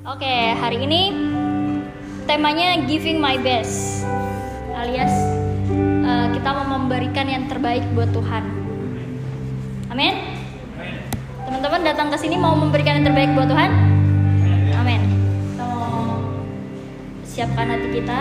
Oke, hari ini temanya giving my best, alias kita mau memberikan yang terbaik buat Tuhan. Amin. Teman-teman datang ke sini mau memberikan yang terbaik buat Tuhan. Amin. Kita mau siapkan hati kita.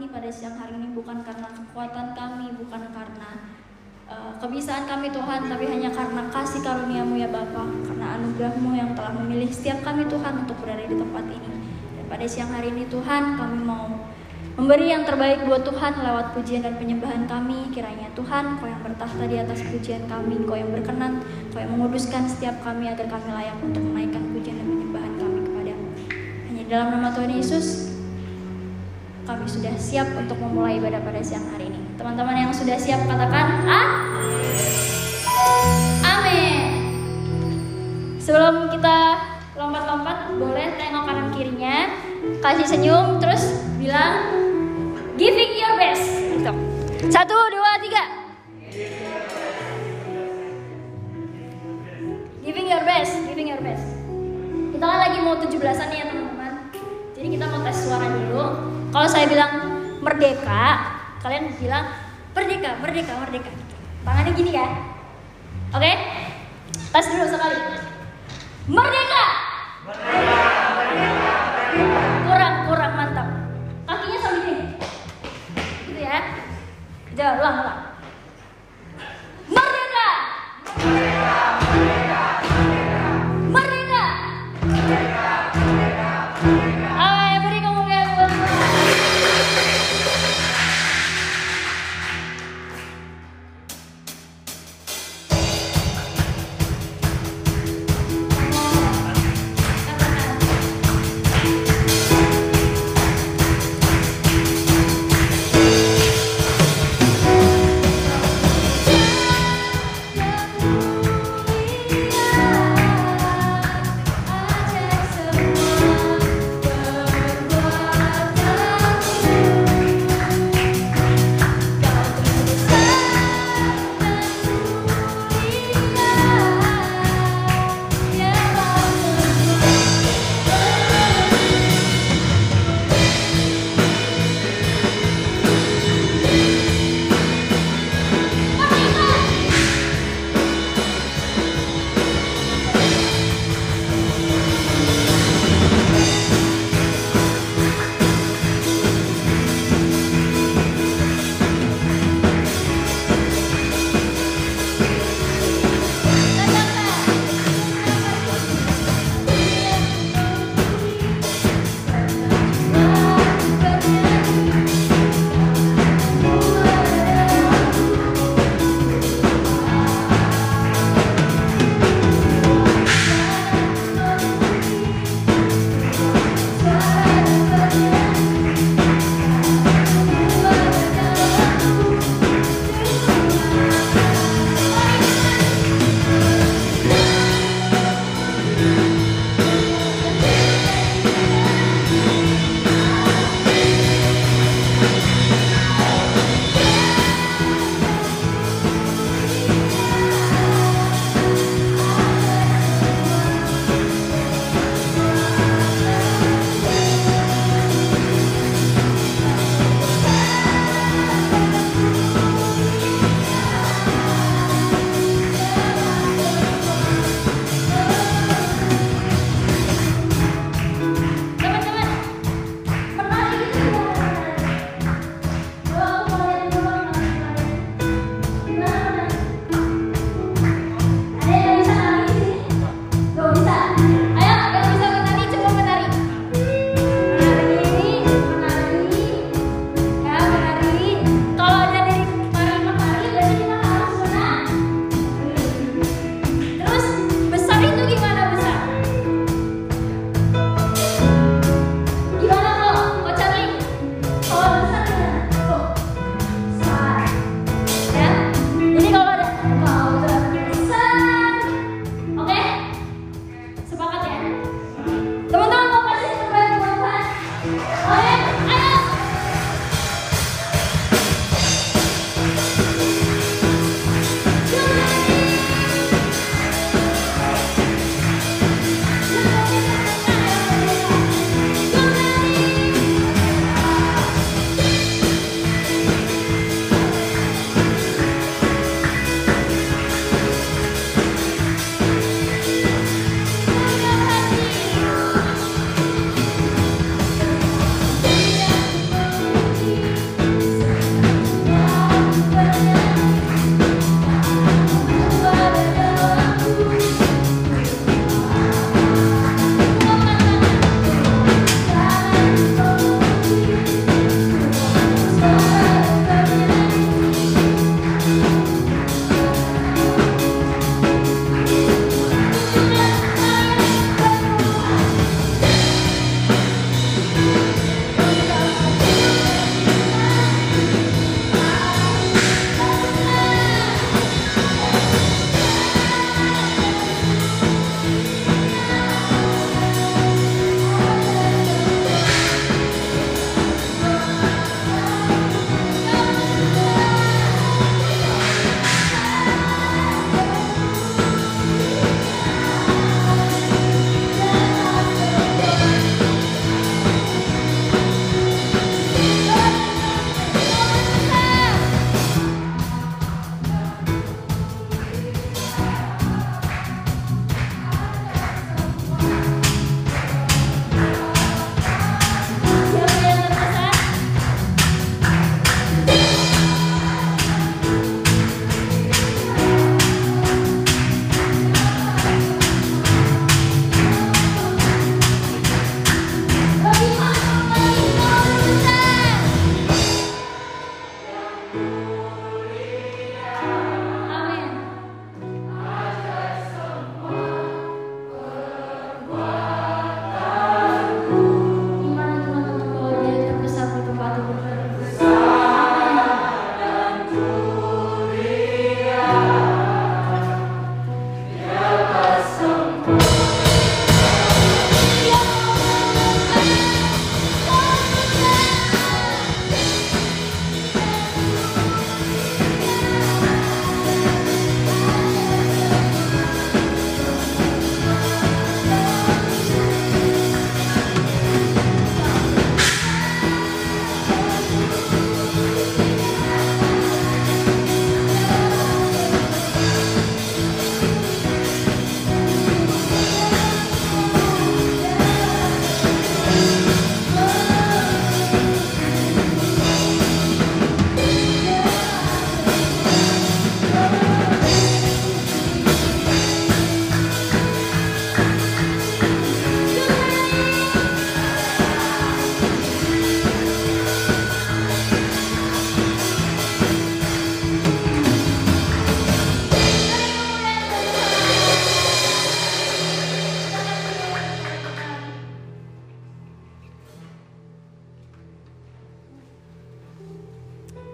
ini pada siang hari ini bukan karena kekuatan kami, bukan karena kebisaan kami Tuhan, tapi hanya karena kasih karunia-Mu ya Bapa, karena anugerah-Mu yang telah memilih setiap kami Tuhan untuk berada di tempat ini. Dan pada siang hari ini Tuhan, kami mau memberi yang terbaik buat Tuhan lewat pujian dan penyembahan kami. Kiranya Tuhan, Kau yang bertahta di atas pujian kami, Kau yang berkenan, Kau yang menguduskan setiap kami agar kami layak untuk menaikkan pujian dan penyembahan kami kepadamu. Hanya di dalam nama Tuhan Yesus, kami sudah siap untuk memulai ibadah pada siang hari ini. Teman-teman yang sudah siap katakan amin. Sebelum kita lompat-lompat, boleh tengok kanan kirinya, kasih senyum, terus bilang giving your best. 1, 2, 3. Giving your best, giving your best. Kita kan lagi mau 17-an ya teman-teman. Jadi kita mau tes suara dulu. Kalau saya bilang merdeka, kalian bilang merdeka, merdeka, merdeka. Tangannya gini ya. Oke? Tes dulu sekali. Merdeka. Merdeka, merdeka, merdeka. Kurang mantap. Kakinya sambil gini. Gitu ya. Jangan ulang. Merdeka. Merdeka, merdeka, merdeka. Merdeka. Merdeka, merdeka, merdeka. Ayo beri kemuliaan buat Tuhan.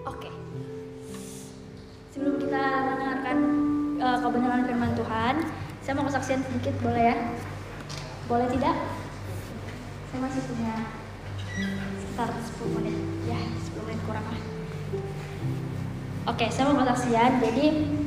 Oke. Sebelum kita mendengarkan kebenaran firman Tuhan, saya mau kesaksian sedikit, boleh ya? Boleh tidak? Saya masih punya sekitar 10 menit. Ya, 10 menit kurang lah. Oke, saya mau kesaksian. Jadi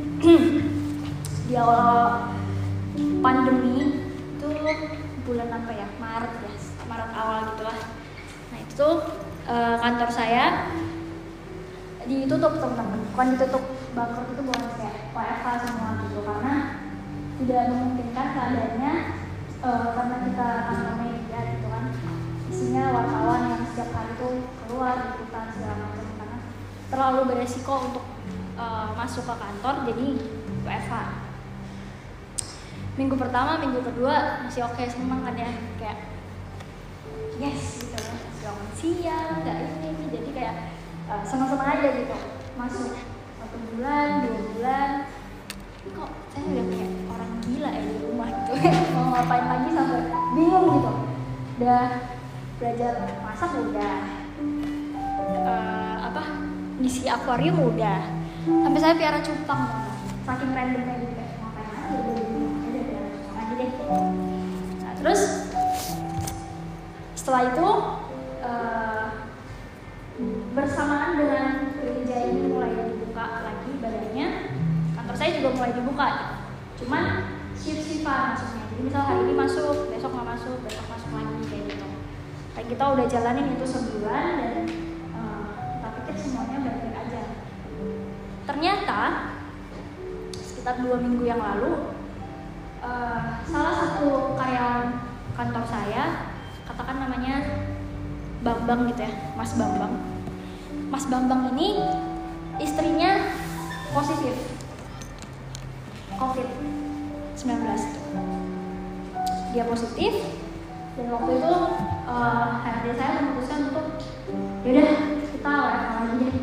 di awal pandemi itu bulan apa ya? Maret ya, Maret awal gitulah. Nah itu kantor saya ditutup teman-teman. Bukan ditutup bangkrut, itu bukan kayak WFH semua gitu, karena tidak memungkinkan keadaannya, karena kita kantor media gitu kan, isinya wartawan yang setiap hari itu keluar liputan segala macam, karena terlalu beresiko untuk masuk ke kantor, jadi WFH. Minggu pertama, minggu kedua masih oke, senang kan ya, kayak yes gitu, masih bangun siang, nggak ini, jadi kayak senang-senang aja gitu. Masuk 1 bulan, 2 bulan, kok saya udah kayak orang gila ya di rumah gitu. Mau ngapain lagi sampai bingung gitu. Udah belajar masak udah, ngisi akuarium udah, sampai saya piara cupang, saking randomnya gitu, kayak ngapain aja aja deh. Nah, terus setelah itu bersamaan dengan gereja ini mulai dibuka lagi badannya, kantor saya juga mulai dibuka gitu. Cuman shift-shiftan maksudnya, jadi misal hari ini masuk, besok nggak masuk, besok masuk lagi kayak gitu. Kayak kita udah jalanin itu sebulan dan kita pikir semuanya baik-baik aja. Ternyata sekitar 2 minggu yang lalu salah satu karyawan kantor saya, katakan namanya Bambang gitu ya, Mas Bambang. Mas Bambang ini istrinya positif COVID-19. Dia positif, dan waktu itu HRD saya memutuskan untuk yaudah kita WFH lagi deh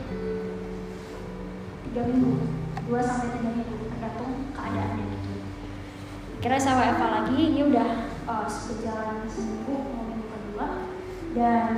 3 minggu, 2-3 minggu tergantung keadaannya gitu. Akhirnya saya WFH lagi, ini udah berjalan seminggu mau minggu kedua, dan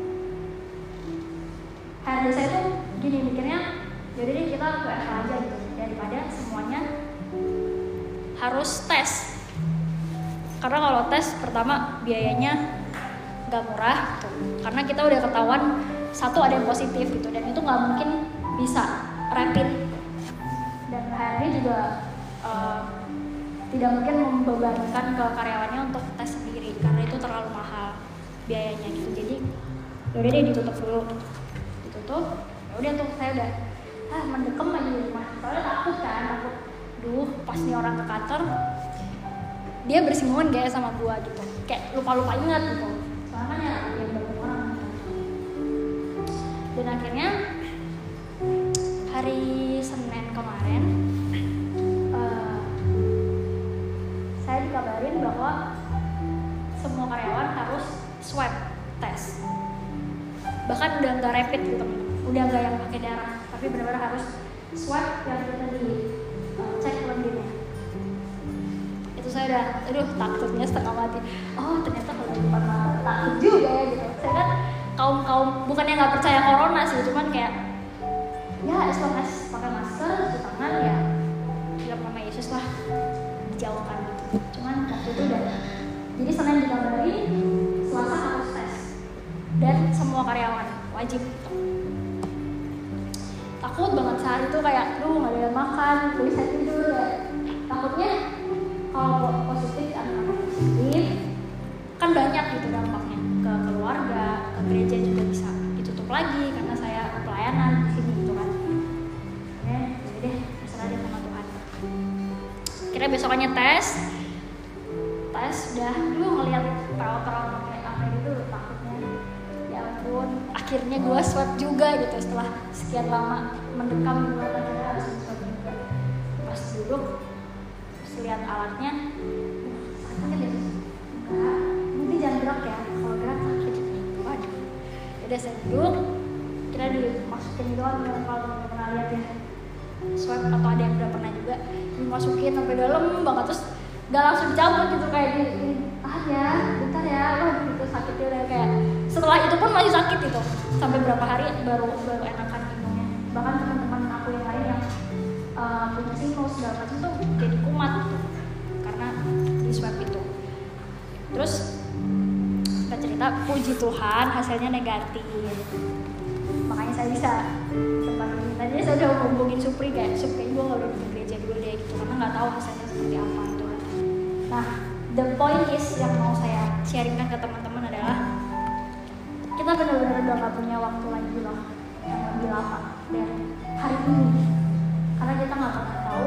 HRD saya tuh gini mikirnya, yaudah deh kita WFH aja gitu, daripada semuanya harus tes. Karena kalau tes pertama biayanya gak murah gitu, karena kita udah ketahuan satu ada yang positif gitu, dan itu gak mungkin bisa rapid, dan HRD juga tidak mungkin membebankan ke karyawannya untuk tes sendiri karena itu terlalu mahal biayanya gitu. Jadi yaudah deh ditutup dulu, ditutup. Ya udah tuh saya udah mendekem aja di rumah, soalnya takut pas nih orang ke kantor dia bersinggungan gak ya sama gua gitu, kayak lupa ingat gitu, soalnya kan ya yang banyak orang gitu. Dan akhirnya hari Senin kemarin saya dikabarin bahwa semua karyawan harus swab test, bahkan udah nggak rapid gitu, udah nggak yang pakai darah, tapi benar-benar harus swab yang kita cek lendirnya. Itu saya udah takutnya setengah mati. Oh ternyata kalau di depan mata takut juga ya gitu. Saya kan kaum bukannya nggak percaya corona sih, cuman kayak ya as long as pakai masker, cuci tangan, ya bilang nama Yesus lah, dijauhkan gitu. Cuman waktu itu udah, jadi Senin dikabarin, Selasa harus tes, dan semua karyawan wajib gitu. Takut banget sehari itu kayak, nggak ada yang makan, jadi saya tidur ya. Takutnya kalau positif, anak-anak positif, kan banyak gitu dampaknya ke keluarga, ke gereja juga bisa ditutup lagi karena saya pelayanan di sini gitu kan. Ya, jadi deh, terserah deh sama Tuhan. Kira besokannya tes udah, ngeliat perawat pakai apa gitu, takutnya. Ya ampun, akhirnya gue swab juga gitu setelah sekian lama mendekam di luar, akhirnya harus swab juga. Pas duduk, terus lihat alatnya, sakit ya? Enggak, nanti jangan gerak ya, kalau gerak sakit. Waduh, udah saya duduk, kira dimasukin doang, kalau nggak pernah lihat ya swab atau ada yang udah pernah juga, dimasukin sampai dalam banget, terus nggak langsung dicabut gitu, kayak ya bentar ya, gitu sakitnya udah kayak, setelah itu pun masih sakit gitu, sampai berapa hari baru enakan minumnya. Bahkan teman-teman aku yang lain yang punya sinus segala macam tuh jadi kumat gitu karena di swab itu. Terus kita cerita, puji Tuhan hasilnya negatif. Makanya saya bisa tempat ini. Tadi saya udah hubungin Supri kayak Supri gue nggak boleh di gereja dulu deh gitu karena nggak tahu hasilnya seperti apa gitu. Nah, the point is yang mau saya sharingkan ke teman-teman adalah kita benar-benar udah nggak punya waktu lagi loh yang lebih lama dari hari ini, karena kita nggak pernah tahu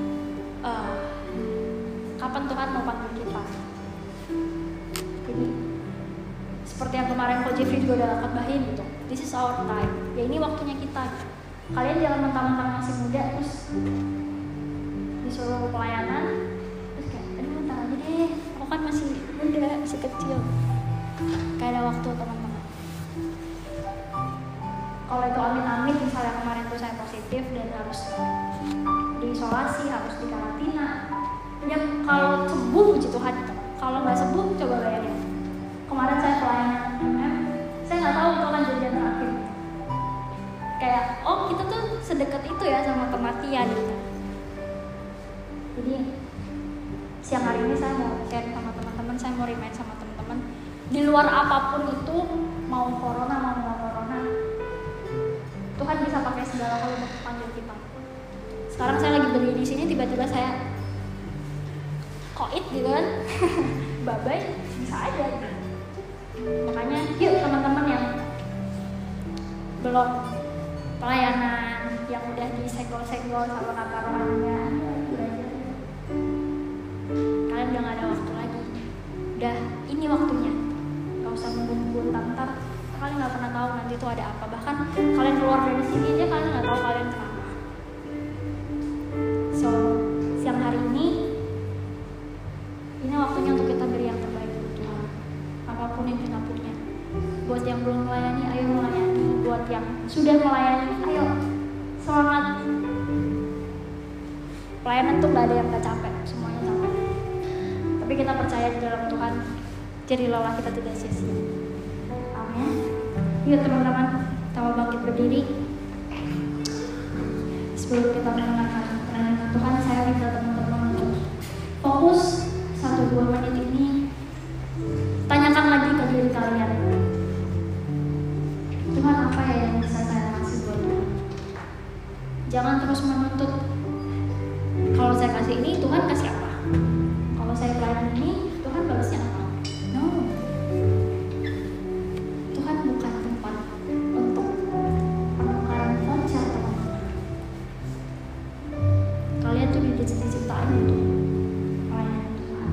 kapan Tuhan mau panggil kita. Jadi seperti yang kemarin Coach Jeffrey juga udah khotbahin gitu, this is our time, ya ini waktunya kita. Kalian jangan mentang-mentang masih muda terus disuruh pelayanan terus kayak aduh bentar aja deh, aku kan masih muda, masih kecil. Gak ada waktu teman-teman. Kalau itu amin-amin, misalnya kemarin tuh saya positif dan harus diisolasi, harus dikarantina, ya kalau sembuh puji Tuhan gitu. Kalau nggak sembuh coba bayangin. Kemarin saya pelayanan MM, saya nggak tahu itu kan janjian terakhir. Kayak oh kita tuh sedekat itu ya sama kematian gitu. Jadi siang hari ini saya mau share sama teman-teman, saya mau remind sama teman-teman, di luar apapun itu, mau corona mau nggak corona, Tuhan bisa pakai segala hal untuk panggil kita. Sekarang saya lagi berdiri di sini, tiba-tiba saya koit gitu kan, babai, bisa aja gitu. Makanya yuk teman-teman yang belum pelayanan, yang udah disenggol-senggol sama kakak rohaninya, belajar. Kalian udah gak ada waktu lagi. Udah, ini waktunya. Gak usah nunggu-nunggu ntar. Kalian gak pernah tahu nanti tuh ada apa. Bahkan kalian keluar dari sini aja kalian gak tahu kalian kenapa. So, siang hari ini waktunya untuk kita beri yang terbaik untuk Tuhan. Apapun yang kita punya. Buat yang belum melayani, ayo melayani. Buat yang sudah melayani, ayo semangat. Pelayanan tuh gak ada yang gak capek, semuanya capek. Tapi kita percaya di dalam Tuhan, jadi lelah kita tidak sia-sia. Amin. Yuk teman-teman, kita mau bangkit berdiri. Sebelum kita mendengarkan kebenaran Tuhan, saya minta teman-teman untuk fokus 1-2 menit ini. Tanyakan lagi ke diri kalian, Tuhan apa ya yang bisa saya kasih buat Tuhan? Jangan terus menuntut, kalau saya kasih ini Tuhan kasih apa? Kalau saya pelayanan ini Tuhan balasnya apa? No, Tuhan bukan tempat untuk penukaran voucher teman-teman. Kalian tuh diciptain untuk pelayanan Tuhan.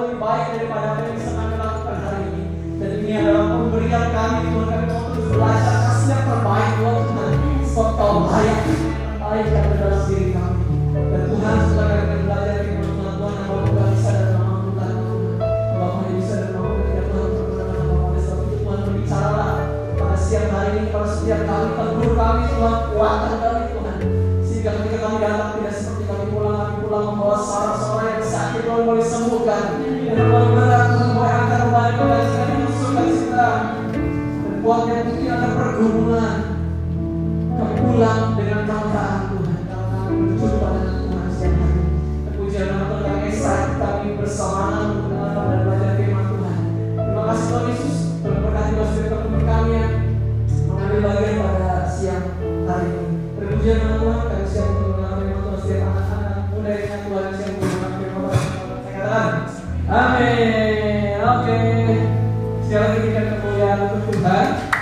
lebih baik daripada apa yang bisa kami lakukan hari ini. Dan ini adalah pemberian kami Tuhan, kami mau terus belajar kasih yang terbaik Tuhan. Sebab Kau layak ada dalam diri kami. Dan Tuhan setelah kami belajar firman Tuhan, Tuhan hamba Tuhan bisa dan mampu Tuhan, hamba Tuhan bisa dan mampu ya Tuhan perkenanan hamba Tuhan. Sebab itu Tuhan berbicaralah pada siang hari ini, pada setiap kami, tegur kami Tuhan, kuatkan kami Tuhan, sehingga ketika kami datang tidak seperti kami pulang membawa suara-suara yang sakit Tuhan boleh sembuhkan, dan boleh berat Tuhan boleh angkat kembali kepada kami musuhkan kita, dan buat yang mungkin ada pergumulan kami pulang dengan keangkaan Tuhan, karena kami berjumpa pada Tuhan siang hari. Terpujian nama Tuhan, kami excited kami bersama untuk mengenal dan belajar firman Tuhan. Terima kasih Tuhan Yesus, Tuhan berkati teman-teman kami yang mengambil bagian pada siang hari ini. Terpujian nama Tuhan, kami siap untuk mengenal firman Tuhan setiap anak-anak muda yang Tuhan siap untuk mengenal firman Tuhan. Saya katakan, amin. Oke, sekali lagi kita kemuliaan untuk Tuhan.